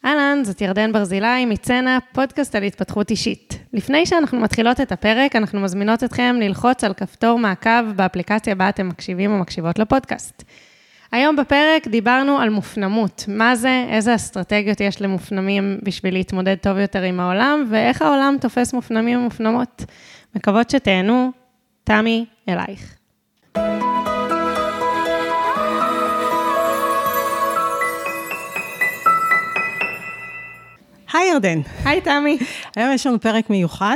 אהלן, זאת ירדן ברזילי מצנע, פודקאסט על התפתחות אישית. לפני שאנחנו מתחילות את הפרק, אנחנו מזמינות אתכם ללחוץ על כפתור מעקב באפליקציה בה אתם מקשיבים או מקשיבות לפודקאסט. היום בפרק דיברנו על מופנמות. מה זה, איזה אסטרטגיות יש למופנמים בשביל להתמודד טוב יותר עם העולם, ואיך העולם תופס מופנמים ומופנמות. מקוות שתהנו, תמי, אלייך. היי ירדן. היי תמי. היום יש לנו פרק מיוחד.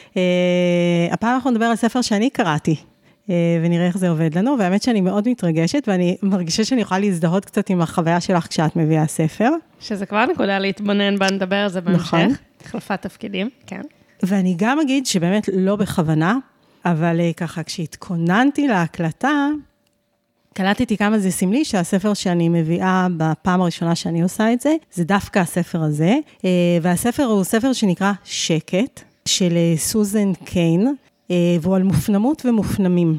הפעם אנחנו נדבר על ספר שאני קראתי, ונראה איך זה עובד לנו, והאמת שאני מאוד מתרגשת, ואני מרגישה שאני יכולה להזדהות קצת עם החוויה שלך כשאת מביאה ספר. שזה כבר נקודה להתבונן בה, נדבר על זה בהמשך. נכון. החלפת תפקידים, כן. ואני גם אגיד שבאמת לא בכוונה, אבל ככה כשהתכוננתי להקלטה, קלטתי כמה זה סמלי שהספר שאני מביאה בפעם הראשונה שאני עושה את זה, זה דווקא הספר הזה, והספר הוא ספר שנקרא שקט, של סוזן קיין, והוא על מופנמות ומופנמים.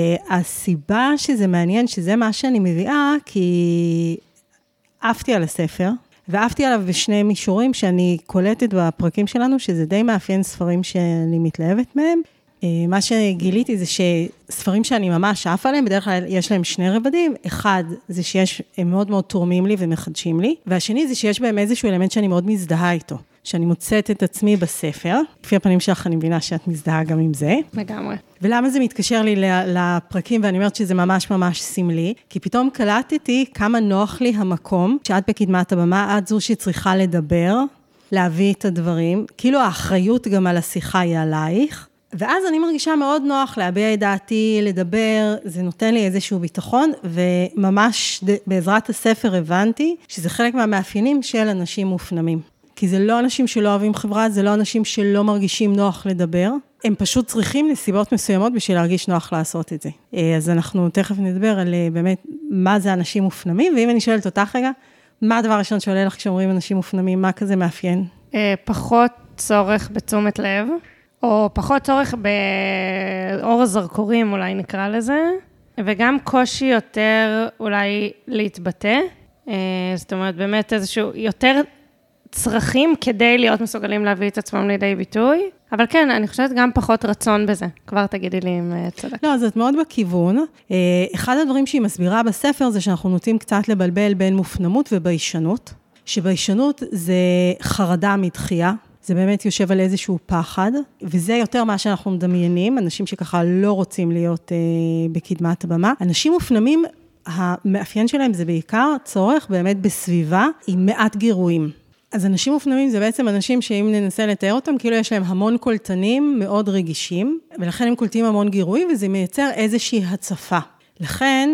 והסיבה שזה מעניין, שזה מה שאני מביאה, כי עפתי על הספר, ועפתי עליו בשני מישורים שאני קולטת בפרקים שלנו, שזה די מאפיין ספרים שאני מתלהבת מהם. מה שגיליתי זה שספרים שאני ממש עף עליהם, בדרך כלל יש להם שני רבדים. אחד זה הם מאוד מאוד תורמים לי ומחדשים לי, והשני זה שיש בהם איזשהו אלמנט שאני מאוד מזדהה איתו, שאני מוצאת את עצמי בספר. לפי הפנים שלך אני מבינה שאת מזדהה גם עם זה. לגמרי. ולמה זה מתקשר לי לפרקים, ואני אומרת שזה ממש ממש סמלי, כי פתאום קלטתי כמה נוח לי המקום, שאת בקדמת הבמה, את זו שצריכה לדבר, להביא את הדברים, כאילו האחריות גם על השיחה היא עלייך, ואז אני מרגישה מאוד נוח להביע את דעתי, לדבר, זה נותן לי איזשהו ביטחון, וממש בעזרת הספר הבנתי שזה חלק מהמאפיינים של אנשים מופנמים. כי זה לא אנשים שלא אוהבים חברה, זה לא אנשים שלא מרגישים נוח לדבר, הם פשוט צריכים נסיבות מסוימות בשביל להרגיש נוח לעשות את זה. אז אנחנו תכף נדבר על באמת מה זה אנשים מופנמים, ואם אני שואלת אותך רגע, מה הדבר הראשון שעולה לך כשאומרים אנשים מופנמים, מה כזה מאפיין? פחות צורך בתשומת לב. או פחות צורך באור הזרקורים, אולי נקרא לזה, וגם קושי יותר אולי להתבטא, זאת אומרת, באמת איזשהו יותר צרכים כדי להיות מסוגלים להביא את עצמם לידי ביטוי, אבל כן, אני חושבת גם פחות רצון בזה, כבר תגידי לי אם צדק. לא, זאת מאוד בכיוון. אחד הדברים שהיא מסבירה בספר זה שאנחנו נוטים קצת לבלבל בין מופנמות וביישנות, שביישנות זה חרדה מדחייה, זה באמת יושב על איזשהו פחד, וזה יותר מה שאנחנו מדמיינים, אנשים שככה לא רוצים להיות בקדמת הבמה. אנשים מופנמים, המאפיין שלהם זה בעיקר צורך באמת בסביבה עם מעט גירויים. אז אנשים מופנמים זה בעצם אנשים שאם ננסה לתאר אותם, כאילו יש להם המון קולטנים מאוד רגישים, ולכן הם קולטים המון גירויים, וזה מייצר איזושהי הצפה. לכן,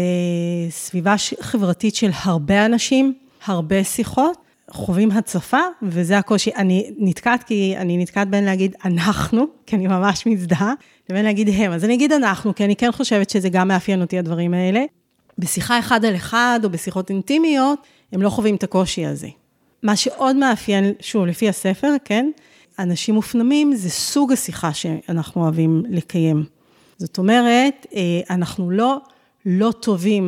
בסביבה חברתית של הרבה אנשים, הרבה שיחות, חווים הצפה, וזה הקושי. אני נתקעת בין להגיד אנחנו, כי אני ממש מזדהה, לבין להגיד הם. אז אני אגיד אנחנו, כי אני כן חושבת שזה גם מאפיין אותי הדברים האלה. בשיחה אחד על אחד, או בשיחות אינטימיות, הם לא חווים את הקושי הזה. מה שעוד מאפיין, שוב, לפי הספר, כן, אנשים מופנמים, זה סוג השיחה שאנחנו אוהבים לקיים. זאת אומרת, אנחנו לא טובים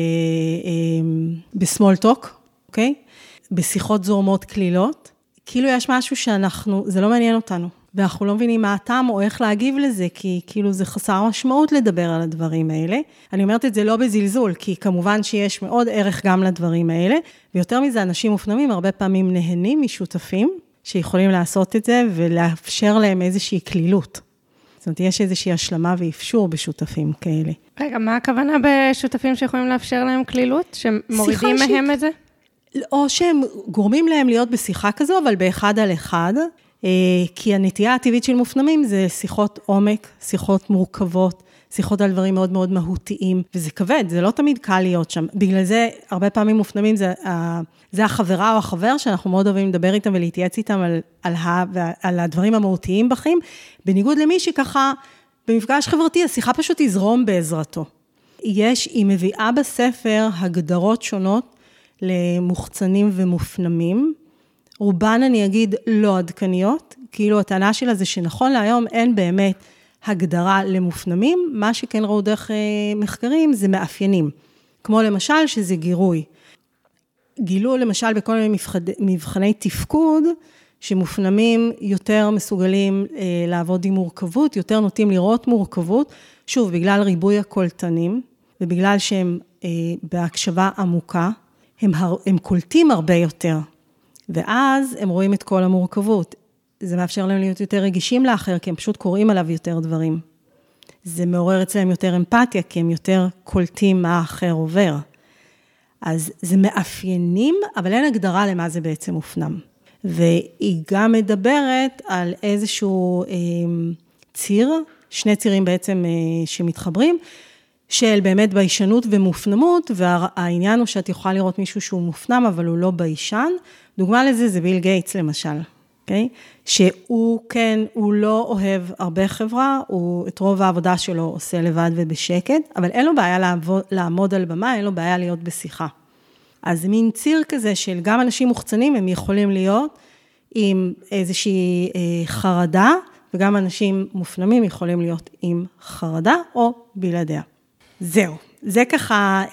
בסמול טוק, אוקיי? בשיחות זורמות כלילות, כאילו יש משהו זה לא מעניין אותנו, ואנחנו לא מבינים מה הטעם או איך להגיב לזה, כי כאילו זה חסר משמעות לדבר על הדברים האלה. אני אומרת את זה לא בזלזול, כי כמובן שיש מאוד ערך גם לדברים האלה, ויותר מזה אנשים מופנמים הרבה פעמים נהנים משותפים, שיכולים לעשות את זה ולאפשר להם איזושהי כלילות. זאת אומרת, יש איזושהי השלמה ואפשור בשותפים כאלה. רגע, מה הכוונה בשותפים שיכולים לאפשר להם כלילות? שמורידים מהם את זה? או שהם גורמים להם להיות בשיחה כזו, אבל באחד על אחד, כי הנטייה הטבעית של מופנמים זה שיחות עומק, שיחות מורכבות, שיחות על דברים מאוד מאוד מהותיים, וזה כבד, זה לא תמיד קל להיות שם. בגלל זה, הרבה פעמים מופנמים, זה החברה או החבר, שאנחנו מאוד אוהבים לדבר איתם ולהתייעץ איתם על הדברים המהותיים בחיים, בניגוד למי שככה, במפגש חברתי, השיחה פשוט תזרום בעזרתו. היא מביאה בספר הגדרות שונות, למוחצנים ומופנמים, רובן אני אגיד לא עדכניות, כאילו הטענה שלה זה שנכון להיום אין באמת הגדרה למופנמים, מה שכן ראו דרך מחקרים זה מאפיינים, כמו למשל שזה גירוי. גילו למשל בכל מיני מבחני תפקוד, שמופנמים יותר מסוגלים לעבוד עם מורכבות, יותר נוטים לראות מורכבות, שוב, בגלל ריבוי הקולטנים, ובגלל שהם בהקשבה עמוקה, הם קולטים הרבה יותר, ואז הם רואים את כל המורכבות. זה מאפשר להם להיות יותר רגישים לאחר, כי הם פשוט קוראים עליו יותר דברים. זה מעורר אצלם יותר אמפתיה, כי הם יותר קולטים מה האחר עובר. אז זה מאפיינים, אבל אין הגדרה למה זה בעצם מופנם. והיא גם מדברת על איזשהו ציר, שני צירים בעצם שמתחברים, של באמת ביישנות ומופנמות, והעניין הוא שאת יכולה לראות מישהו שהוא מופנם, אבל הוא לא ביישן. דוגמה לזה זה ביל גייטס למשל, אוקיי? שהוא כן, הוא לא אוהב הרבה חברה, הוא את רוב העבודה שלו עושה לבד ובשקט, אבל אין לו בעיה לעמוד על במה, אין לו בעיה להיות בשיחה. אז זה מין ציר כזה של גם אנשים מוחצנים, הם יכולים להיות עם איזושהי חרדה, וגם אנשים מופנמים יכולים להיות עם חרדה או בלעדיה. זהו, זה ככה,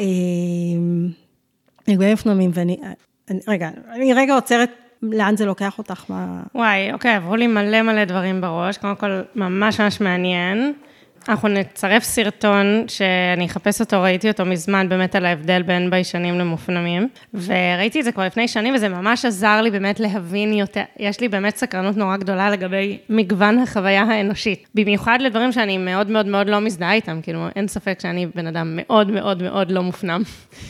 לגבי מופנמים, אני רגע עוצרת, לאן זה לוקח אותך? וואי, אוקיי, עברו לי מלא מלא דברים בראש, קודם כל ממש ממש מעניין. אנחנו נצרף סרטון שאני אחפש אותו, ראיתי אותו מזמן באמת על ההבדל בין ביישנים למופנמים, וראיתי את זה כבר לפני שנים, וזה ממש עזר לי באמת להבין יותר, יש לי באמת סקרנות נורא גדולה לגבי מגוון החוויה האנושית, במיוחד לדברים שאני מאוד מאוד מאוד לא מזדהה איתם, כאילו אין ספק שאני בן אדם מאוד מאוד מאוד לא מופנם.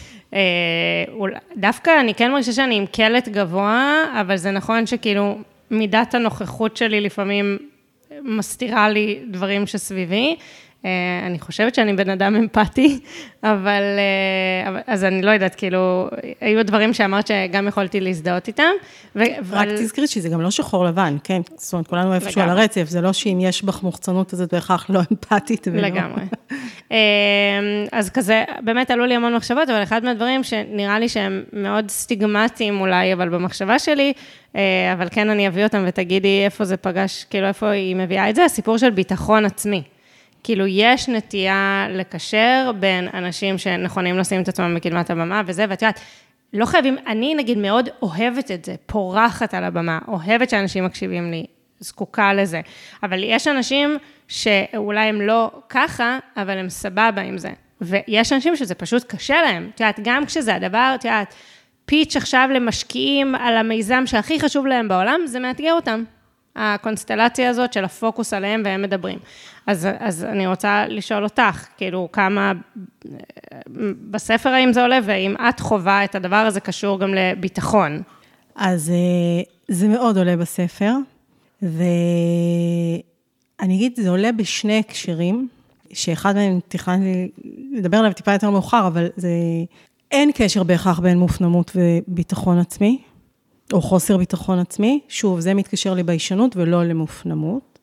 דווקא אני כן מרגישה שאני עם קלט גבוה, אבל זה נכון שכאילו מידת הנוכחות שלי לפעמים מסתירה לי דברים שסביבי, אני חושבת שאני בן אדם אמפתי, אבל, אז אני לא יודעת, כאילו, היו דברים שאמרת שגם יכולתי להזדהות איתם. רק תזכרי שזה גם לא שחור לבן, כן? זאת אומרת, כולנו איפשהו על הרצף, זה לא שאם יש בך מוחצנות, אז את בהכרח לא אמפתית. לגמרי. אז כזה, באמת עלו לי המון מחשבות, אבל אחד מהדברים שנראה לי שהם מאוד סטיגמטיים אולי, אבל במחשבה שלי, אבל כן אני אביא אותם ותגידי איפה זה פגש, כאילו איפה היא מביאה את זה, הסיפור של ביטחון עצמי. כאילו יש נטייה לקשר בין אנשים שנכונים לשים את עצמם בקדמת הבמה וזה, ואת יודעת, לא חייבים, אני נגיד מאוד אוהבת את זה, פורחת על הבמה, אוהבת שאנשים מקשיבים לי, זקוקה לזה, אבל יש אנשים שאולי הם לא ככה, אבל הם סבבה עם זה, ויש אנשים שזה פשוט קשה להם, את יודעת, גם כשזה הדבר, את יודעת, פיץ' עכשיו למשקיעים על המיזם שהכי חשוב להם בעולם, זה מאתגר אותם. הקונסטלציה הזאת של הפוקוס עליהם והם מדברים. אז אני רוצה לשאול אותך, כאילו, כמה בספר האם זה עולה, ואם את חובה את הדבר הזה קשור גם לביטחון. אז זה מאוד עולה בספר, ואני אגיד, זה עולה בשני הקשרים, שאחד מהם תכננתי לדבר עליו טיפה יותר מאוחר, אבל אין קשר בהכרח בין מופנמות וביטחון עצמי, או חוסר ביטחון עצמי, שוב, זה מתקשר לביישנות ולא למופנמות.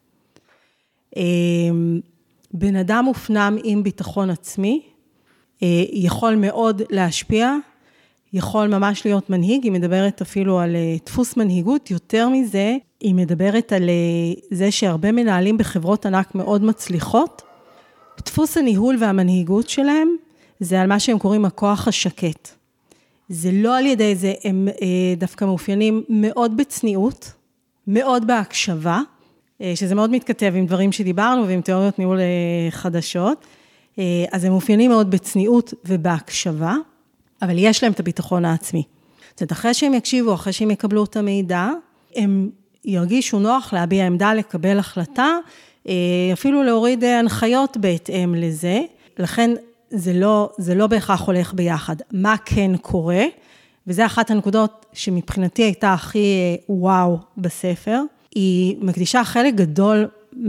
בן אדם מופנם עם ביטחון עצמי, יכול מאוד להשפיע, יכול ממש להיות מנהיג, היא מדברת אפילו על דפוס מנהיגות, יותר מזה, היא מדברת על זה שהרבה מנהלים בחברות ענק מאוד מצליחות, דפוס הניהול והמנהיגות שלהם, זה על מה שהם קוראים הכוח השקט. זה לא על ידי זה, הם דווקא מאופיינים מאוד בצניעות, מאוד בהקשבה, שזה מאוד מתכתב עם דברים שדיברנו ועם תיאוריות ניהול חדשות, אז הם מאופיינים מאוד בצניעות ובהקשבה, אבל יש להם את הביטחון העצמי. זאת אומרת, אחרי שהם יקשיבו, אחרי שהם יקבלו את המידע, הם ירגישו נוח להביע עמדה, לקבל החלטה, אפילו להוריד הנחיות בהתאם לזה, לכן זה לא בהכרח הולך ביחד. מה כן קורה? וזה אחת הנקודות שמבחינתי הייתה הכי וואו בספר, היא מקדישה חלק גדול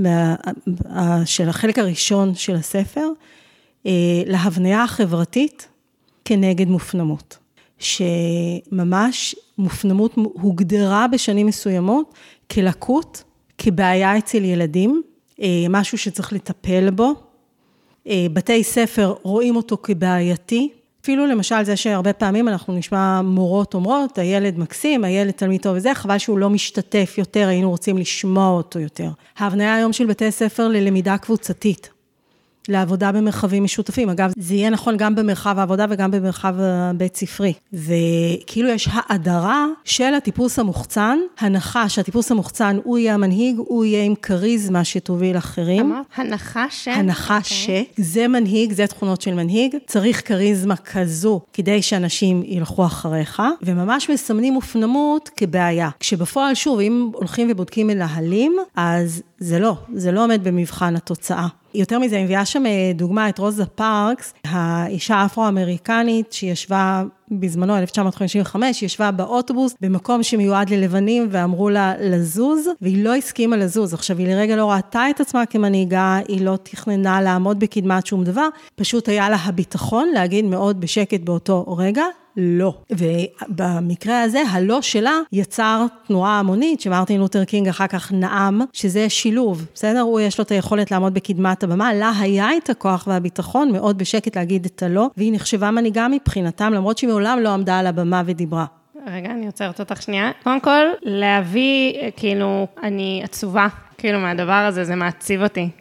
של החלק הראשון של הספר, להבניה החברתית כנגד מופנמות. שממש מופנמות הוגדרה בשנים מסוימות כלקות, כבעיה אצל ילדים, משהו שצריך לטפל בו. בתי ספר רואים אותו כבעייתי, אפילו למשל זה שהרבה פעמים אנחנו נשמע מורות אומרות, הילד מקסים, הילד תלמיד טוב וזה, חבל שהוא לא משתתף יותר, היינו רוצים לשמוע אותו יותר. ההבניה היום של בתי ספר ללמידה קבוצתית. לעבודה במרחבים משותפים. אגב, זה יהיה נכון גם במרחב העבודה וגם במרחב הבית ספרי. וכאילו יש האדרה של הטיפוס המוחצן, הנחה שהטיפוס המוחצן הוא יהיה המנהיג, הוא יהיה עם קריזמה שתוביל אחרים. הנחה זה מנהיג, זה תכונות של מנהיג, צריך קריזמה כזו כדי שאנשים ילכו אחריך, וממש מסמנים מופנמות כבעיה. כשבפועל שוב, אם הולכים ובודקים מנהלים, אז זה לא עומד במבחן התוצאה. יותר מזה, אני מביאה שם דוגמה את רוזה פארקס, האישה האפרו-אמריקנית שישבה בזמנו, 1955, ישבה באוטובוס במקום שמיועד ללבנים ואמרו לה לזוז, והיא לא הסכימה לזוז. עכשיו, היא לרגע לא ראתה את עצמה כמנהיגה, היא לא תכננה לעמוד בקדמת שום דבר, פשוט היה לה הביטחון להגיד מאוד בשקט באותו רגע, לא. ובמקרה הזה, הלא שלה יצר תנועה המונית, שמרטין לותר קינג אחר כך נאם, שזה שילוב, בסדר? הוא יש לו את היכולת לעמוד בקדמת הבמה, לה היה את הכוח והביטחון, מאוד בשקט להגיד את הלא, והיא נחשבה מנהיגה מבחינתם, למרות שהיא מעולם לא עמדה על הבמה ודיברה. רגע, אני עוצרת אותך שנייה. קודם כל, להביא, כאילו, אני עצובה, כאילו, מהדבר הזה, זה מעציב אותי,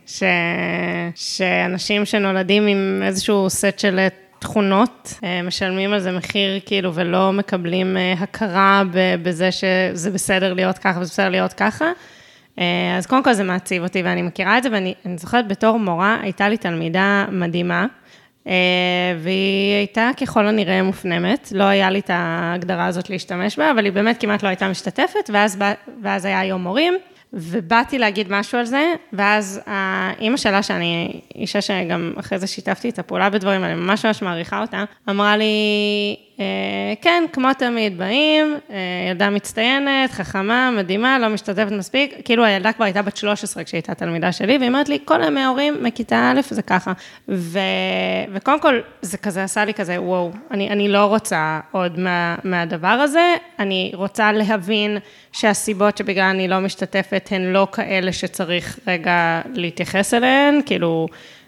שאנשים שנולדים עם איזשהו סט של תכונות, משלמים על זה מחיר, כאילו, ולא מקבלים הכרה בזה שזה בסדר להיות ככה, וזה בסדר להיות ככה. אז קודם כל זה מעציב אותי, ואני מכירה את זה, ואני זוכרת בתור מורה, הייתה לי תלמידה מדהימה, והיא הייתה ככל הנראה מופנמת, לא היה לי את ההגדרה הזאת להשתמש בה, אבל היא באמת כמעט לא הייתה משתתפת, ואז היה יום מורים, ובאתי להגיד משהו על זה, ואז האמא שלה, שאני אישה שגם אחרי זה שיתפתי את הפעולה בדברים, אני ממש מעריכה אותה, אמרה לי, כן, כמו תמיד באים, ילדה מצטיינת, חכמה, מדהימה, לא משתתפת מספיק, כאילו הילדה כבר הייתה בת 13 כשהייתה תלמידה שלי, והיא אומרת לי, כל ההורים מכיתה א' זה ככה, וקודם כל זה כזה עשה לי כזה, וואו, אני לא רוצה עוד מהדבר הזה, אני רוצה להבין שהסיבות שבגלל אני לא משתתפת הן לא כאלה שצריך רגע להתייחס אליהן, כאילו,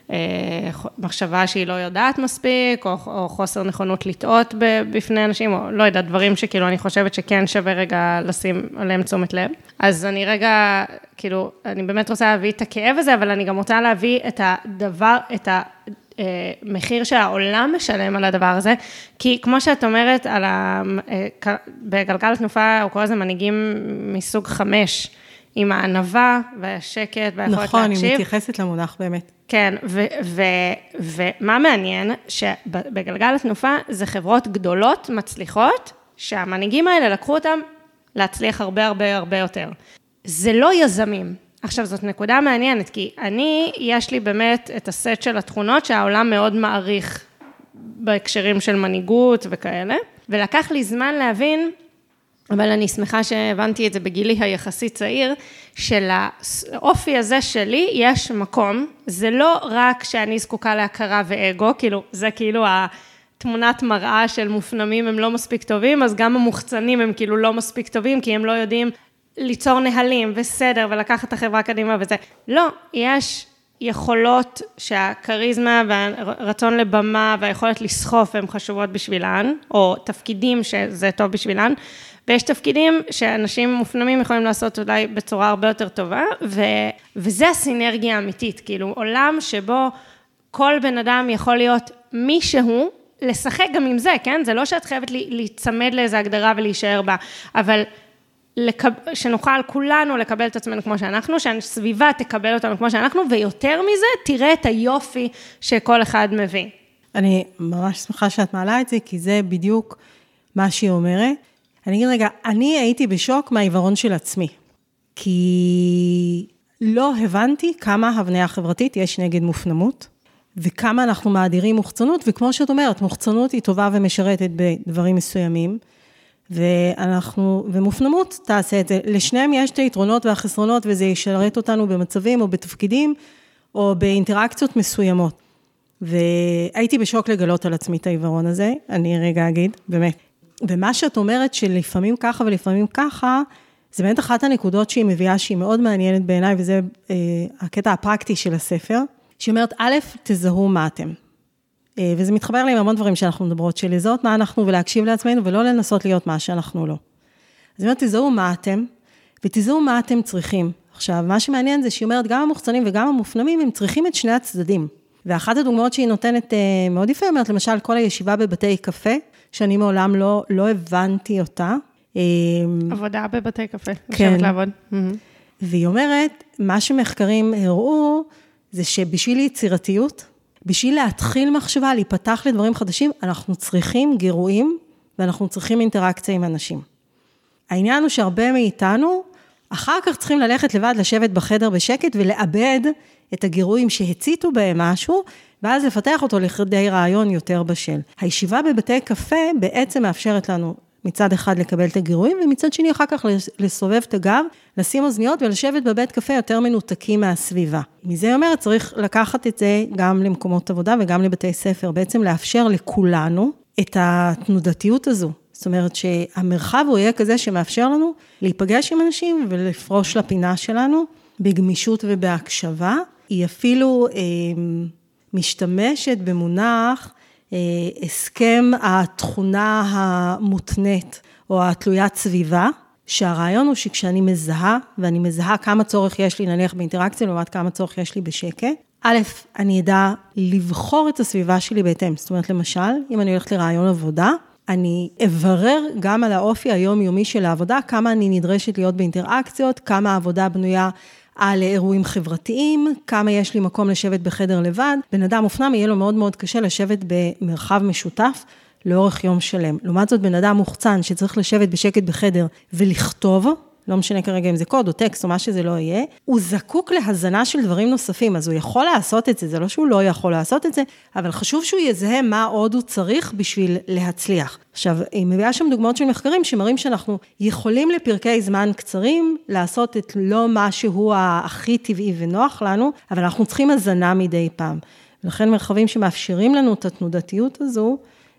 מחשבה שהיא לא יודעת מספיק, או חוסר נכונות לטעות בפני אנשים, או לא יודעת, דברים שכאילו אני חושבת שכן שווה רגע לשים עליהם תשומת לב. אז אני רגע, כאילו, אני באמת רוצה להביא את הכאב הזה, אבל אני גם רוצה להביא את הדבר, את המחיר שהעולם משלם על הדבר הזה, כי כמו שאת אומרת, בגלגל התנופה, הוא קורא לזה מנהיגים מסוג 5, עם הענווה והשקט והיכולת להקשיב. נכון, היא מתייחסת למונח באמת. כן, ומה מעניין, שבגלגל התנופה זה חברות גדולות, מצליחות, שהמנהיגים האלה לקחו אותם להצליח הרבה הרבה הרבה יותר. זה לא יזמים. עכשיו, זאת נקודה מעניינת, כי יש לי באמת את הסט של התכונות שהעולם מאוד מעריך בהקשרים של מנהיגות וכאלה, ולקח לי זמן להבין, אבל אני שמחה שהבנתי את זה בגילי היחסית צעיר, שלאופי הזה שלי יש מקום, זה לא רק שאני זקוקה להכרה ואגו, כאילו, זה כאילו התמונת מראה של מופנמים הם לא מספיק טובים, אז גם המוחצנים הם כאילו לא מספיק טובים, כי הם לא יודעים ליצור נהלים וסדר ולקחת את החברה קדימה וזה. לא, יש יכולות שהקריזמה והרצון לבמה והיכולת לסחוף הם חשובות בשבילן, או תפקידים שזה טוב בשבילן, ויש תפקידים שאנשים מופנמים יכולים לעשות אולי בצורה הרבה יותר טובה, וזה הסינרגיה האמיתית, כאילו עולם שבו כל בן אדם יכול להיות מישהו, לשחק גם עם זה, כן? זה לא שאת חייבת להיצמד לאיזו הגדרה ולהישאר בה, אבל שנוכל כולנו לקבל את עצמנו כמו שאנחנו, שהסביבה תקבל אותנו כמו שאנחנו, ויותר מזה תראה את היופי שכל אחד מביא. אני ממש שמחה שאת מעלה את זה, כי זה בדיוק מה שהיא אומרת. אני אגיד רגע, אני הייתי בשוק מהעיוורון של עצמי, כי לא הבנתי כמה הבניה חברתית יש נגד מופנמות, וכמה אנחנו מאדירים מוחצנות, וכמו שאת אומרת, מוחצנות היא טובה ומשרתת בדברים מסוימים, ומופנמות תעשה את זה. לשניהם יש את היתרונות והחסרונות, וזה ישרת אותנו במצבים או בתפקידים, או באינטראקציות מסוימות. והייתי בשוק לגלות על עצמי את העיוורון הזה, אני רגע אגיד, באמת. ומה שאת אומרת שלפעמים ככה ולפעמים ככה, זה באמת אחת הנקודות שהיא מביאה, שהיא מאוד מעניינת בעיניי, וזה הקטע הפרקטי של הספר, שהיא אומרת, א', תזהו מה אתם. וזה מתחבר לי עם המון דברים שאנחנו מדברות, של לזהות מה אנחנו ולהקשיב לעצמנו, ולא לנסות להיות מה שאנחנו לא. אז היא אומרת, תזהו מה אתם, ותזהו מה אתם צריכים. עכשיו, מה שמעניין זה שהיא אומרת, גם המוחצנים וגם המופנמים, הם צריכים את שני הצדדים. ואחת הדוגמאות שהיא נותנת מאוד יפה, אומרת, למשל, כל הישיבה בבתי קפה, שאני מעולם לא הבנתי אותה. עבודה בבתי קפה, כן. לשבת לעבוד. והיא אומרת, מה שמחקרים הראו, זה שבשביל יצירתיות, בשביל להתחיל מחשבה, להיפתח לדברים חדשים, אנחנו צריכים גירויים, ואנחנו צריכים אינטראקציה עם אנשים. העניין הוא שהרבה מאיתנו, אחר כך צריכים ללכת לבד, לשבת בחדר בשקט, ולאבד את הגירויים שהציתו בהם משהו, ואז לפתח אותו לכדי רעיון יותר בשל. הישיבה בבתי קפה בעצם מאפשרת לנו מצד אחד לקבל את הגירויים, ומצד שני אחר כך לסובב את הגב, לשים אוזניות ולשבת בבית קפה יותר מנותקים מהסביבה. מזה אומרת, צריך לקחת את זה גם למקומות עבודה וגם לבתי ספר, בעצם לאפשר לכולנו את התנודתיות הזו. זאת אומרת שהמרחב הוא יהיה כזה שמאפשר לנו להיפגש עם אנשים ולפרוש לפינה שלנו בגמישות ובהקשבה. היא אפילו משתמשת במונח הסכם התכונה המותנית או התלוית סביבה, שהרעיון הוא שכשאני מזהה, ואני מזהה כמה צורך יש לי נניח באינטראקציה, לעומת כמה צורך יש לי בשקט, א', אני אדע לבחור את הסביבה שלי בהתאם. זאת אומרת, למשל, אם אני הולכת לרעיון עבודה, אני אברר גם על האופי היומיומי של העבודה, כמה אני נדרשת להיות באינטראקציות, כמה העבודה בנויה על אירועים חברתיים, כמה יש לי מקום לשבת בחדר לבד. בן אדם אופנם יהיה לו מאוד מאוד קשה לשבת במרחב משותף לאורך יום שלם. לעומת זאת, בן אדם מוחצן שצריך לשבת בשקט בחדר ולכתוב, לא משנה כרגע אם זה קוד או טקסט או מה שזה לא יהיה, הוא זקוק להזנה של דברים נוספים, אז הוא יכול לעשות את זה, זה לא שהוא לא יכול לעשות את זה, אבל חשוב שהוא יזהה מה עוד הוא צריך בשביל להצליח. עכשיו, היא מביאה שם דוגמאות של מחקרים שמראים שאנחנו יכולים לפרקי זמן קצרים לעשות את לא מה שהוא הכי טבעי ונוח לנו, אבל אנחנו צריכים הזנה מדי פעם. ולכן מרחבים שמאפשרים לנו את התנודתיות הזו,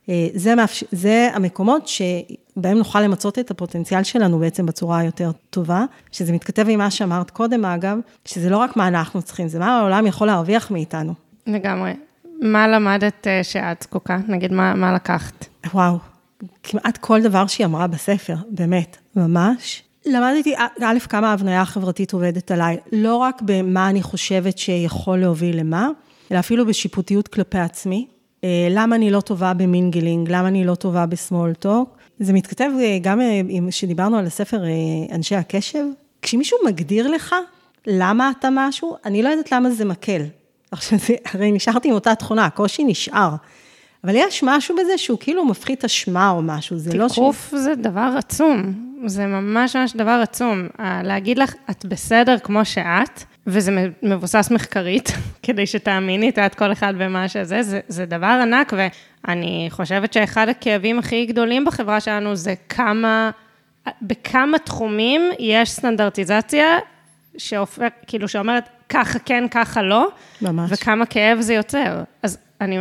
זה המקומות שבהם נוכל למצות את הפוטנציאל שלנו בעצם בצורה היותר טובה, שזה מתכתב עם מה שאמרת קודם אגב, שזה לא רק מה אנחנו צריכים, זה מה העולם יכול להרוויח מאיתנו. לגמרי. מה למדת שאת זקוקה? נגיד, מה לקחת? וואו, כמעט כל דבר שהיא אמרה בספר, באמת, ממש. למדתי, א', כמה ההבניה החברתית עובדת עליי, לא רק במה אני חושבת שיכול להוביל למה, אלא אפילו בשיפוטיות כלפי עצמי. למה אני לא טובה במינגלינג, למה אני לא טובה בסמול טוק. זה מתכתב גם שדיברנו על הספר אנשי הקשב. כשמישהו מגדיר לך למה אתה משהו, אני לא יודעת למה זה מקל. עכשיו, הרי נשארתי עם אותה תכונה, הקושי נשאר. אבל יש משהו בזה שהוא כאילו מפחית אשמה או משהו. תיקוף זה דבר עצום. זה ממש ממש דבר עצום. להגיד לך, את בסדר כמו שאת, וזה מבוסס מחקרית, כדי שתאמיני את כל אחד במה שזה, זה דבר ענק, ואני חושבת שאחד הכאבים הכי גדולים בחברה שלנו, זה בכמה תחומים יש סטנדרטיזציה, כאילו שאומרת, ככה כן, ככה לא, ממש. וכמה כאב זה יוצר. אז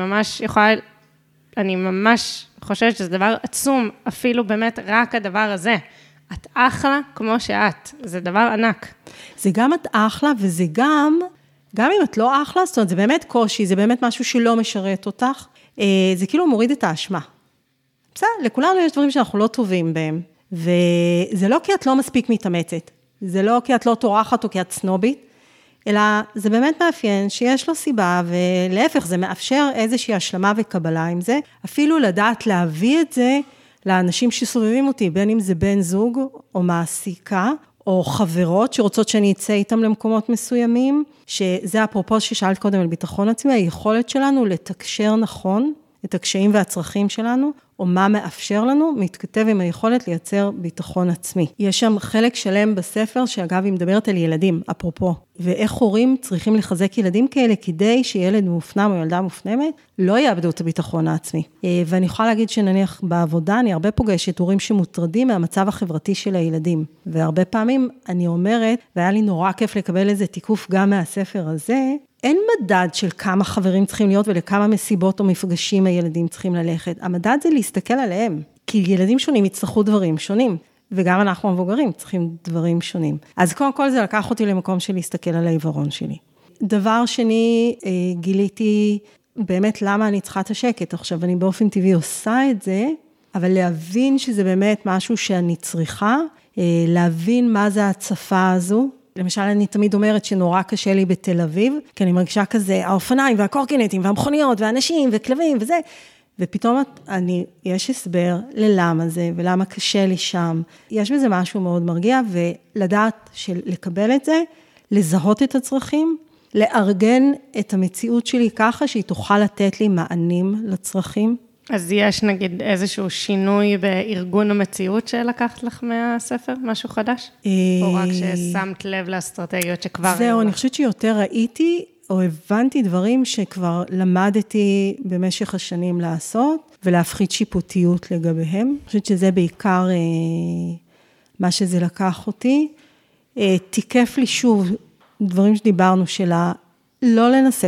אני ממש חושבת שזה דבר עצום, אפילו באמת רק הדבר הזה. את אחלה כמו שאת, זה דבר ענק. זה גם את אחלה, וזה גם אם את לא אחלה, זאת אומרת, זה באמת קושי, זה באמת משהו שלא משרת אותך, זה כאילו מוריד את האשמה. בסדר, לכולנו יש דברים שאנחנו לא טובים בהם, וזה לא כי את לא מספיק מתאמצת, זה לא כי את לא טורחת או כי את סנובית, אלא זה באמת מאפיין שיש לו סיבה, ולהפך, זה מאפשר איזושהי השלמה וקבלה עם זה, אפילו לדעת להביא את זה, לאנשים שסובבים אותי, בין אם זה בן זוג או מעסיקה, או חברות שרוצות שאני אצא איתם למקומות מסוימים, שזה אפרופו ששאלת קודם על ביטחון עצמי, היכולת שלנו לתקשר נכון את הקשיים והצרכים שלנו, או מה מאפשר לנו, מתכתב עם היכולת לייצר ביטחון עצמי. יש שם חלק שלם בספר, שאגב היא מדברת על ילדים, אפרופו, ואיך הורים צריכים לחזק ילדים כאלה, כדי שילד מופנם או ילדה מופנמת, לא יאבדו את הביטחון העצמי. ואני יכולה להגיד שנניח בעבודה, אני הרבה פוגשת הורים שמוטרדים מהמצב החברתי של הילדים, והרבה פעמים אני אומרת, והיה לי נורא כיף לקבל איזה תיקוף גם מהספר הזה, אין מדד של כמה חברים צריכים להיות ולכמה מסיבות או מפגשים הילדים צריכים ללכת. המדד זה להסתכל עליהם, כי ילדים שונים יצטרכו דברים שונים, וגם אנחנו המבוגרים צריכים דברים שונים. אז קודם כל זה לקח אותי למקום של להסתכל על העיוורון שלי. דבר שני, גיליתי באמת למה אני צריכה את השקט. עכשיו אני באופן טבעי עושה את זה, אבל להבין שזה באמת משהו שאני צריכה, להבין מה זה הצפה הזו, למשל, אני תמיד אומרת שנורא קשה לי בתל אביב, כי אני מרגישה כזה, האופניים והקורקינטים והמכוניות והאנשים וכלבים וזה, ופתאום יש הסבר ללמה זה ולמה קשה לי שם. יש בזה משהו מאוד מרגיע, ולדעת לקבל את זה, לזהות את הצרכים, לארגן את המציאות שלי ככה שהיא תוכל לתת לי מענים לצרכים. אז יש נגיד איזשהו שינוי בארגון המציאות שלקחת לך מהספר, משהו חדש? או רק ששמת לב לאסטרטגיות שכבר... זהו, אני חושבת שיותר ראיתי או הבנתי דברים שכבר למדתי במשך השנים לעשות, ולהפחית שיפוטיות לגביהם. אני חושבת שזה בעיקר מה שזה לקח אותי. תיקף לי שוב דברים שדיברנו שלה, לא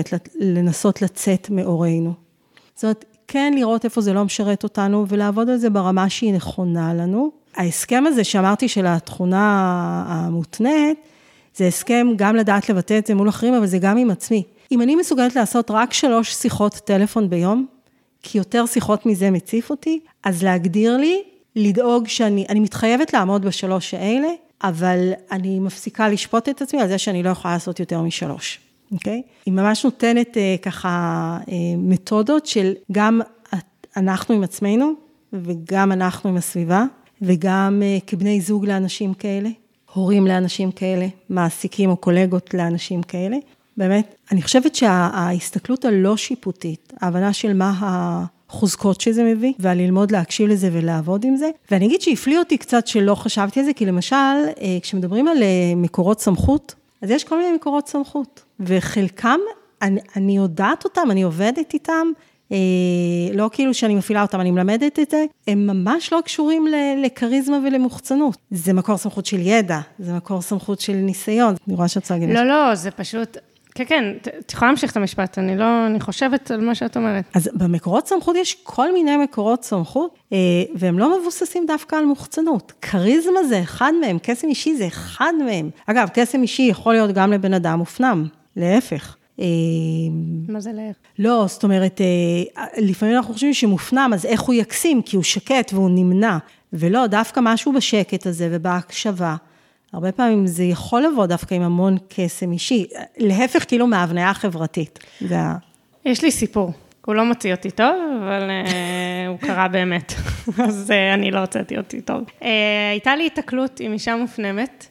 לנסות לצאת מאורנו. זאת אומרת, כן לראות איפה זה לא משרת אותנו, ולעבוד על זה ברמה שהיא נכונה לנו. ההסכם הזה שאמרתי של התכונה המותנית, זה הסכם גם לדעת לבטא את זה מול אחרים, אבל זה גם עם עצמי. אם אני מסוגלת לעשות רק 3 שיחות טלפון ביום, כי יותר שיחות מזה מציף אותי, אז להגדיר לי, לדאוג שאני מתחייבת לעמוד ב3 האלה, אבל אני מפסיקה לשפוט את עצמי על זה שאני לא יכולה לעשות יותר מ3. אוקיי? היא ממש נותנת ככה מתודות של גם אנחנו עם עצמנו, וגם אנחנו עם הסביבה, וגם כבני זוג לאנשים כאלה, הורים לאנשים כאלה, מעסיקים או קולגות לאנשים כאלה. באמת, אני חושבת שההסתכלות הלא שיפוטית, ההבנה של מה החוזקות שזה מביא, ועל ללמוד להקשיב לזה ולעבוד עם זה. ואני אגיד שהפליא אותי קצת שלא חשבתי על זה, כי למשל, כשמדברים על מקורות סמכות, אז יש כל מיני מקורות סמכות, וחלקם, אני יודעת אותם, אני עובדת איתם, לא כאילו שאני מפעילה אותם, אני מלמדת את זה, הם ממש לא קשורים לקריזמה ולמוחצנות. זה מקור סמכות של ידע, זה מקור סמכות של ניסיון. אני רואה שאת צרגת. לא, זה פשוט, כן, את יכולה להמשיך את המשפט, אני חושבת על מה שאת אומרת. אז במקורות סמכות יש כל מיני מקורות סמכות, והם לא מבוססים דווקא על מוחצנות. קריזמה זה אחד מהם, קסם אישי זה אחד מהם. אגב, קסם אישי יכול להיות גם לבן אדם מופנם, להפך. מה זה להפך? לא, זאת אומרת, לפעמים אנחנו חושבים שמופנם, אז איך הוא יקסים? כי הוא שקט והוא נמנע. ולא, דווקא משהו בשקט הזה ובהקשבה. הרבה פעמים זה יכול לבוא דווקא עם המון קסם אישי. להפך, כאילו מההבניה החברתית. יש לי סיפור. הוא לא מוציא אותי טוב, אבל הוא קרה באמת. אז אני לא הוצאתי אותי טוב. הייתה לי התקלות עם אישה מופנמת,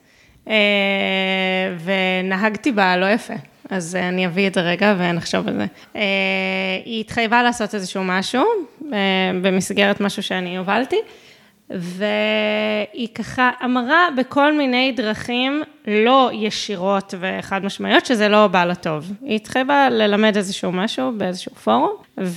ונהגתי בה לא יפה. אז אני אביא את זה רגע ונחשוב על זה. היא התחייבה לעשות איזשהו משהו, במסגרת משהו שאני הובלתי, והיא ככה אמרה בכל מיני דרכים לא ישירות וחד משמעיות, שזה לא בא לטוב. היא התחייבה ללמד איזשהו משהו באיזשהו פורום,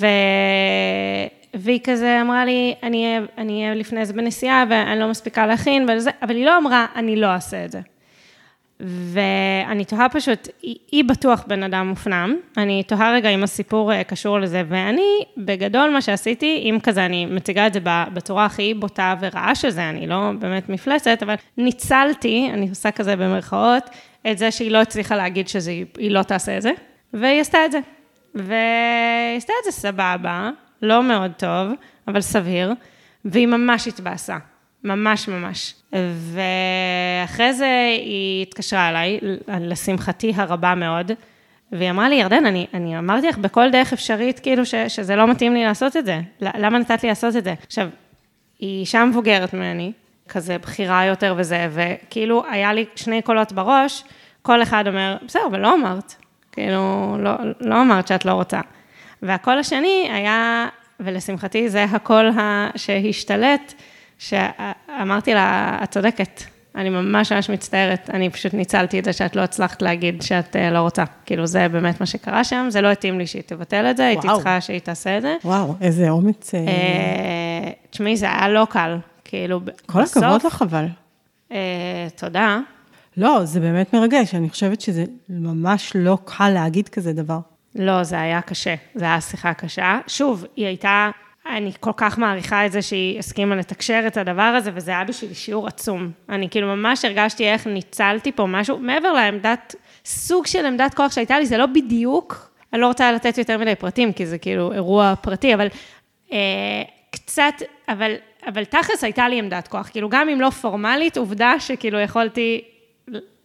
והיא כזה אמרה לי, אני אהיה לפני זה בנסיעה, ואני לא מספיקה להכין, אבל היא לא אמרה, אני לא אעשה את זה. ואני תוהה פשוט, היא בטוח בן אדם מופנם, אני תוהה רגע אם הסיפור קשור לזה, ואני בגדול מה שעשיתי, אם כזה אני מציגה את זה בצורה הכי בוטה ורעה שזה, אני לא באמת מפלצת, אבל ניצלתי, אני עושה כזה במרכאות, את זה שהיא לא הצליחה להגיד שהיא לא תעשה את זה, והיא עשתה את זה. והיא עשתה את זה סבבה, לא מאוד טוב, אבל סביר, והיא ממש התבאסה. ממש ממש. ואחרי זה היא התקשרה אליי, לשמחתי הרבה מאוד, והיא אמרה לי, ירדן, אני אמרתי לך בכל דרך אפשרית, כאילו שזה לא מתאים לי לעשות את זה. למה נתת לי לעשות את זה? עכשיו, היא אישה מבוגרת ממני, כזה בחירה יותר וזה, וכאילו היה לי 2 קולות בראש, כל אחד אומר, בסדר, אבל לא אמרת. כאילו, לא אמרת שאת לא רוצה. והקול השני היה, ולשמחתי זה הקול שהשתלט, שאמרתי לה, את צודקת, אני ממש מצטערת, אני פשוט ניצלתי את זה שאת לא הצלחת להגיד שאת לא רוצה. כאילו זה באמת מה שקרה שם, זה לא התאים לי שהיא תבטל את זה, הייתי צריכה שהיא תעשה את זה. וואו, איזה אומץ. תשמעי, זה היה לא קל, כאילו כל הכבוד לך אבל. תודה. לא, זה באמת מרגש, אני חושבת שזה ממש לא קל להגיד כזה דבר. לא, זה היה קשה, זה היה שיחה קשה. שוב, היא הייתה... אני כל כך מעריכה את זה שהיא הסכימה לתקשר את הדבר הזה, וזה היה בשביל שיעור עצום. אני כאילו ממש הרגשתי איך ניצלתי פה משהו, מעבר לעמדת, סוג של עמדת כוח שהייתה לי, זה לא בדיוק, אני לא רוצה לתת יותר מדי פרטים, כי זה כאילו אירוע פרטי, אבל קצת, אבל תכלס הייתה לי עמדת כוח, כאילו גם אם לא פורמלית, עובדה שכאילו יכולתי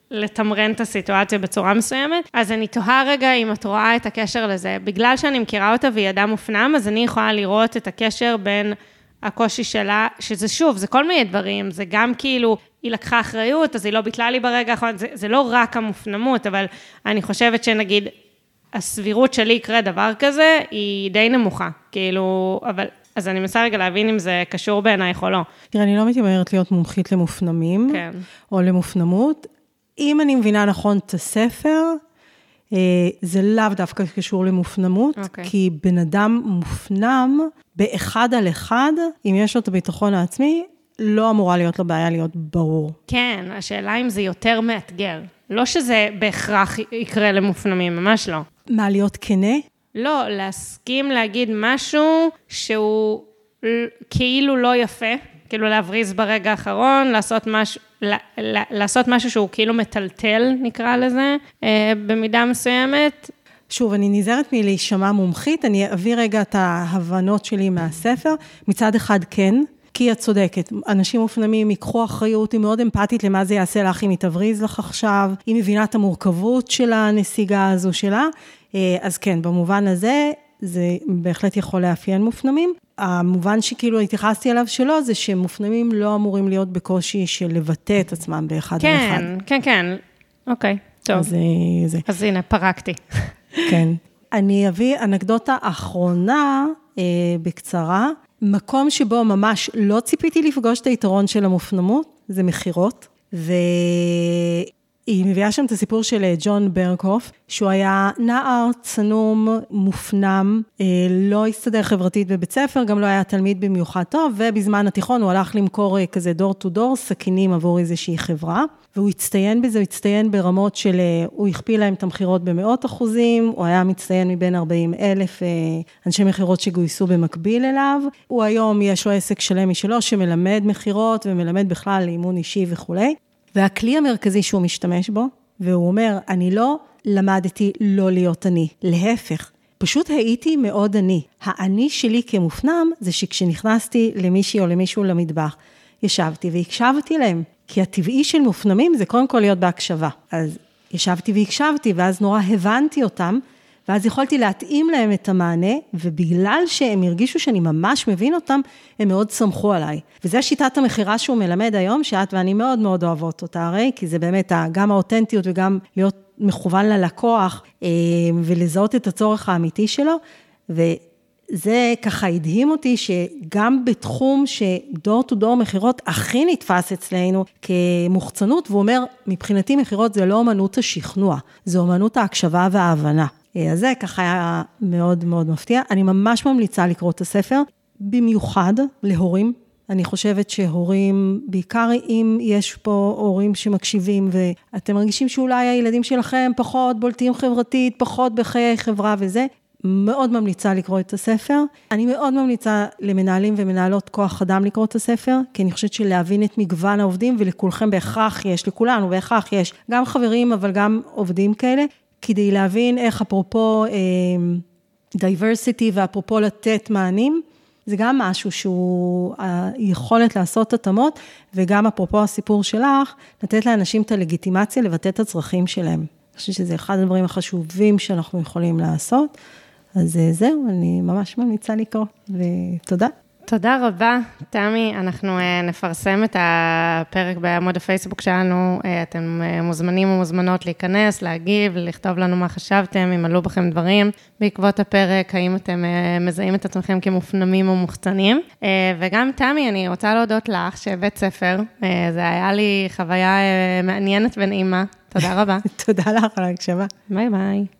לתמרן את הסיטואציה בצורה מסוימת, אז אני תוהה רגע אם את רואה את הקשר לזה, בגלל שאני מכירה אותה והיא אדם מופנם, אז אני יכולה לראות את הקשר בין הקושי שלה, שזה שוב, זה כל מיני דברים, זה גם כאילו, היא לקחה אחריות, אז היא לא ביטלה לי ברגע האחרון, זה לא רק המופנמות, אבל אני חושבת שנגיד, הסבירות שלי יקרה דבר כזה, היא די נמוכה, כאילו, אבל, אז אני מנסה רגע להבין אם זה קשור בעינייך או לא. תראה, אני לא מתיימרת להיות מומחית למופנמים, כן. או למופנמות. אם אני מבינה נכון את הספר, זה לאו דווקא קשור למופנמות, כי בן אדם מופנם באחד על אחד, אם יש לו את הביטחון העצמי, לא אמורה להיות לו בעיה להיות ברור. כן, השאלה אם זה יותר מאתגר. לא שזה בהכרח יקרה למופנמים, ממש לא. מה, להיות כנה? לא, להסכים להגיד משהו שהוא כאילו לא יפה, כאילו להבריז ברגע האחרון, לעשות משהו שהוא כאילו מטלטל, נקרא לזה, במידה מסוימת. שוב, אני נזהרת מלהישמע מומחית, אני אעביר רגע את ההבנות שלי מהספר. מצד אחד כן, כי את צודקת, אנשים מופנמים ייקחו אחריות, היא מאוד אמפתית למה זה יעשה לך, אם היא תבריז לך עכשיו, היא מבינה את המורכבות של הנסיגה הזו שלה, אז כן, במובן הזה, זה בהחלט יכול לאפיין מופנמים. המובן שכאילו התייחסתי אליו שלו, זה שמופנמים לא אמורים להיות בקושי של לבטא את עצמם באחד על אחד. כן, אוקיי, טוב. אז הנה, פרקתי. כן. אני אביא אנקדוטה אחרונה בקצרה, מקום שבו ממש לא ציפיתי לפגוש את היתרון של המופנמות, זה מחירות, והיא מביאה שם את הסיפור של ג'ון ברקהוף, שהוא היה נער צנום, מופנם, לא הסתדר חברתית בבית ספר, גם לא היה תלמיד במיוחד טוב, ובזמן התיכון הוא הלך למכור כזה דור טו דור, סכינים עבור איזושהי חברה, והוא הצטיין בזה, הוא הצטיין ברמות של, הוא הכפיל להם את המחירות ב100%, הוא היה מצטיין מבין 40,000 אנשי מחירות שגויסו במקביל אליו, הוא היום יש לו עסק שלם משלו, שמלמד מחירות, ומלמד בכלל לאימון אישי וכו'. והכלי המרכזי שהוא משתמש בו, והוא אומר, אני לא למדתי לא להיות אני, להפך, פשוט הייתי מאוד אני. האני שלי כמופנם, זה שכשנכנסתי למישהי או למישהו למטבח, ישבתי והקשבתי להם, כי הטבעי של מופנמים זה קודם כל להיות בהקשבה. אז ישבתי והקשבתי, ואז נורא הבנתי אותם, ואז יכולתי להתאים להם את המענה, ובגלל שהם הרגישו שאני ממש מבין אותם, הם מאוד סמכו עליי. וזו שיטת המחירה שהוא מלמד היום, שאת ואני מאוד מאוד אוהבות אותה הרי, כי זה באמת גם האותנטיות וגם להיות מכוון ללקוח, ולזהות את הצורך האמיתי שלו, וזה ככה הדהים אותי שגם בתחום שדור טו דור מחירות הכי נתפס אצלנו כמוחצנות, והוא אומר, מבחינתי מחירות זה לא אומנות השכנוע, זה אומנות ההקשבה וההבנה. אז זה ככה היה מאוד מאוד מפתיע. אני ממש ממליצה לקרוא את הספר, במיוחד להורים. אני חושבת שהורים, בעיקר אם יש פה הורים שמקשיבים, ואתם מרגישים שאולי הילדים שלכם פחות בולטים חברתית, פחות בחיי חברה וזה, מאוד ממליצה לקרוא את הספר. אני מאוד ממליצה למנהלים ומנהלות כוח אדם לקרוא את הספר, כי אני חושבת שלהבין את מגוון העובדים, ולכולכם בהכרח יש, לכולנו בהכרח יש, גם חברים אבל גם עובדים כאלה, כדי להבין איך אפרופו diversity ואפרופו לתת מענים, זה גם משהו שהוא היכולת לעשות התאמות, וגם אפרופו הסיפור שלך, לתת לאנשים את הלגיטימציה לבטא את הצרכים שלהם. אני חושבת שזה אחד הדברים החשובים שאנחנו יכולים לעשות, אז זהו, אני ממש ממליצה לקרוא, ותודה. תודה רבה, תמי, אנחנו נפרסם את הפרק בעמוד הפייסבוק שלנו, אתם מוזמנים ומוזמנות להיכנס, להגיב, לכתוב לנו מה חשבתם, אם עלו בכם דברים בעקבות הפרק, האם אתם מזהים את עצמכם כמופנמים או מוחצנים, וגם תמי, אני רוצה להודות לך שבית ספר, זה היה לי חוויה מעניינת ונעימה, תודה רבה. תודה לך על ההקשבה. ביי ביי.